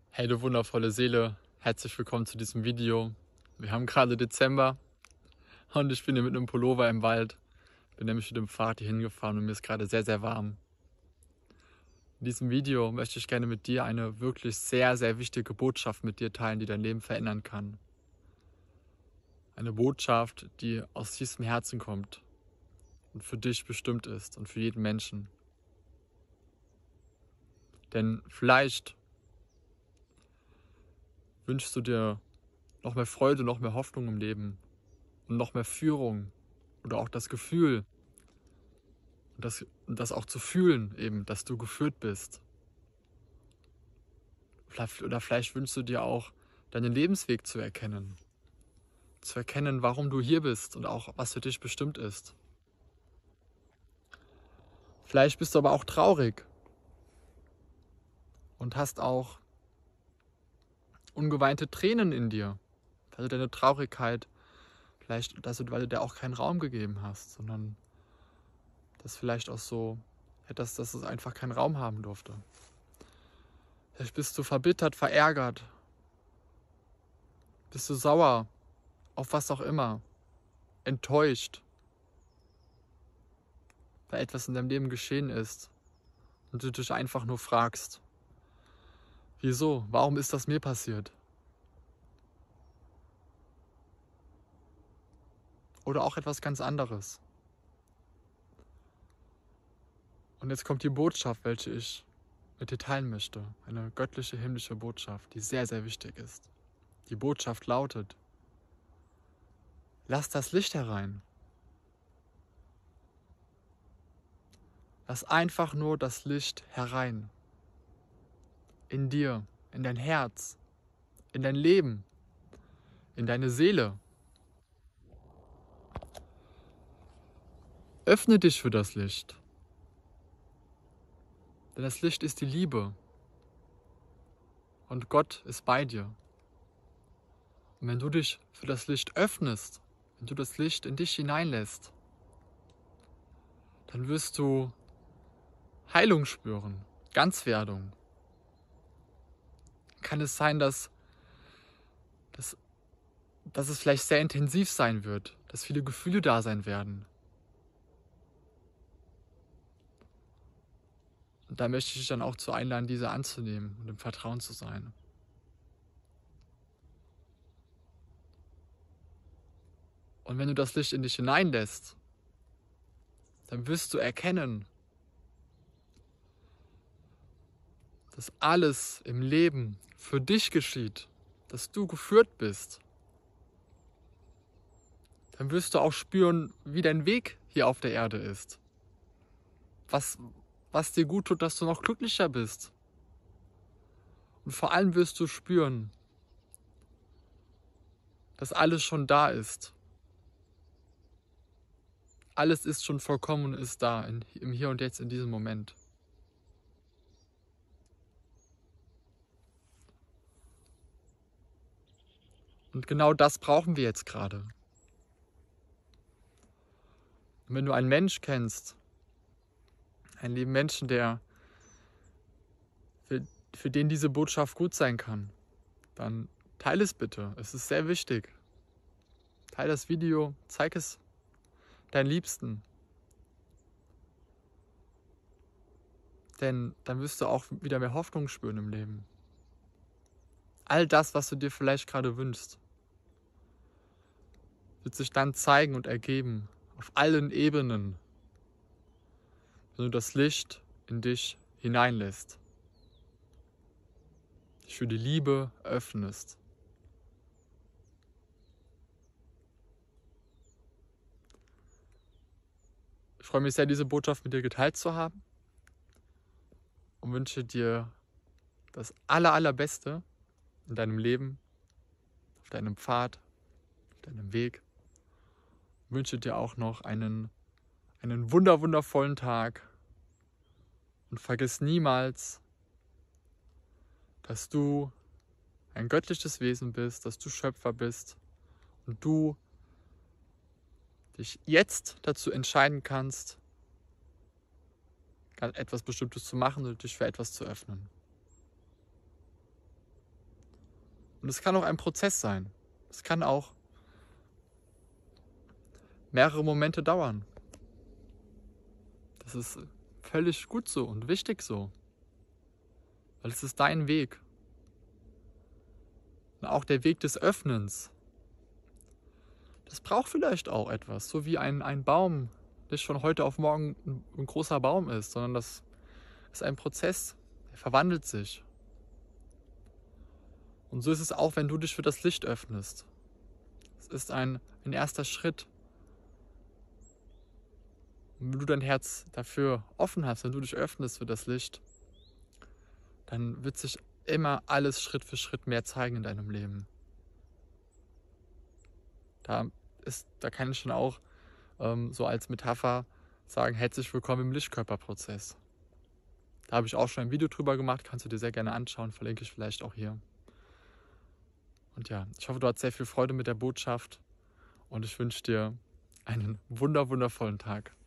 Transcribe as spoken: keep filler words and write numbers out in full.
Hey du wundervolle Seele, herzlich willkommen zu diesem Video. Wir haben gerade Dezember und ich bin hier mit einem Pullover im Wald. Bin nämlich mit dem Fahrrad hier hingefahren und mir ist gerade sehr, sehr warm. In diesem Video möchte ich gerne mit dir eine wirklich sehr, sehr wichtige Botschaft mit dir teilen, die dein Leben verändern kann. Eine Botschaft, die aus tiefstem Herzen kommt und für dich bestimmt ist und für jeden Menschen. Denn vielleicht wünschst du dir noch mehr Freude, noch mehr Hoffnung im Leben und noch mehr Führung oder auch das Gefühl und das, und das auch zu fühlen, eben, dass du geführt bist. Oder vielleicht wünschst du dir auch, deinen Lebensweg zu erkennen. Zu erkennen, warum du hier bist und auch, was für dich bestimmt ist. Vielleicht bist du aber auch traurig und hast auch ungeweinte Tränen in dir, weil du deine Traurigkeit, vielleicht, dass du, weil du dir auch keinen Raum gegeben hast, sondern das vielleicht auch so, dass, dass es einfach keinen Raum haben durfte. Vielleicht bist du verbittert, verärgert, bist du sauer, auf was auch immer, enttäuscht, weil etwas in deinem Leben geschehen ist und du dich einfach nur fragst, wieso, warum ist das mir passiert? Oder auch etwas ganz anderes. Und jetzt kommt die Botschaft, welche ich mit dir teilen möchte. Eine göttliche, himmlische Botschaft, die sehr, sehr wichtig ist. Die Botschaft lautet: Lass das Licht herein. Lass einfach nur das Licht herein. In dir, in dein Herz, in dein Leben, in deine Seele. Öffne dich für das Licht. Denn das Licht ist die Liebe. Und Gott ist bei dir. Und wenn du dich für das Licht öffnest, wenn du das Licht in dich hineinlässt, dann wirst du Heilung spüren, Ganzwerdung. Kann es sein, dass, dass, dass es vielleicht sehr intensiv sein wird, dass viele Gefühle da sein werden. Und da möchte ich dich dann auch zu einladen, diese anzunehmen und im Vertrauen zu sein. Und wenn du das Licht in dich hineinlässt, dann wirst du erkennen, dass alles im Leben für dich geschieht, dass du geführt bist. Dann wirst du auch spüren, wie dein Weg hier auf der Erde ist. Was, was dir gut tut, dass du noch glücklicher bist. Und vor allem wirst du spüren, dass alles schon da ist. Alles ist schon vollkommen und ist da, in, im Hier und Jetzt, in diesem Moment. Und genau das brauchen wir jetzt gerade. Und wenn du einen Mensch kennst, einen lieben Menschen, der für, für den diese Botschaft gut sein kann, dann teile es bitte. Es ist sehr wichtig. Teile das Video, zeig es deinen Liebsten. Denn dann wirst du auch wieder mehr Hoffnung spüren im Leben. All das, was du dir vielleicht gerade wünschst, wird sich dann zeigen und ergeben auf allen Ebenen, wenn du das Licht in dich hineinlässt, dich für die Liebe öffnest. Ich freue mich sehr, diese Botschaft mit dir geteilt zu haben und wünsche dir das aller, allerbeste in deinem Leben, auf deinem Pfad, auf deinem Weg. Ich wünsche dir auch noch einen, einen wunder, wundervollen Tag und vergiss niemals, dass du ein göttliches Wesen bist, dass du Schöpfer bist und du dich jetzt dazu entscheiden kannst, etwas Bestimmtes zu machen und dich für etwas zu öffnen. Und es kann auch ein Prozess sein. Es kann auch mehrere Momente dauern. Das ist völlig gut so und wichtig so. Weil es ist dein Weg. Und auch der Weg des Öffnens. Das braucht vielleicht auch etwas. So wie ein, ein Baum nicht von heute auf morgen ein, ein großer Baum ist, sondern das ist ein Prozess. Der verwandelt sich. Und so ist es auch, wenn du dich für das Licht öffnest. Es ist ein, ein erster Schritt. Und wenn du dein Herz dafür offen hast, wenn du dich öffnest für das Licht, dann wird sich immer alles Schritt für Schritt mehr zeigen in deinem Leben. Da, ist, da kann ich schon auch ähm, so als Metapher sagen, herzlich willkommen im Lichtkörperprozess. Da habe ich auch schon ein Video drüber gemacht, kannst du dir sehr gerne anschauen, verlinke ich vielleicht auch hier. Und ja, ich hoffe, du hast sehr viel Freude mit der Botschaft und ich wünsche dir einen wunder, wundervollen Tag.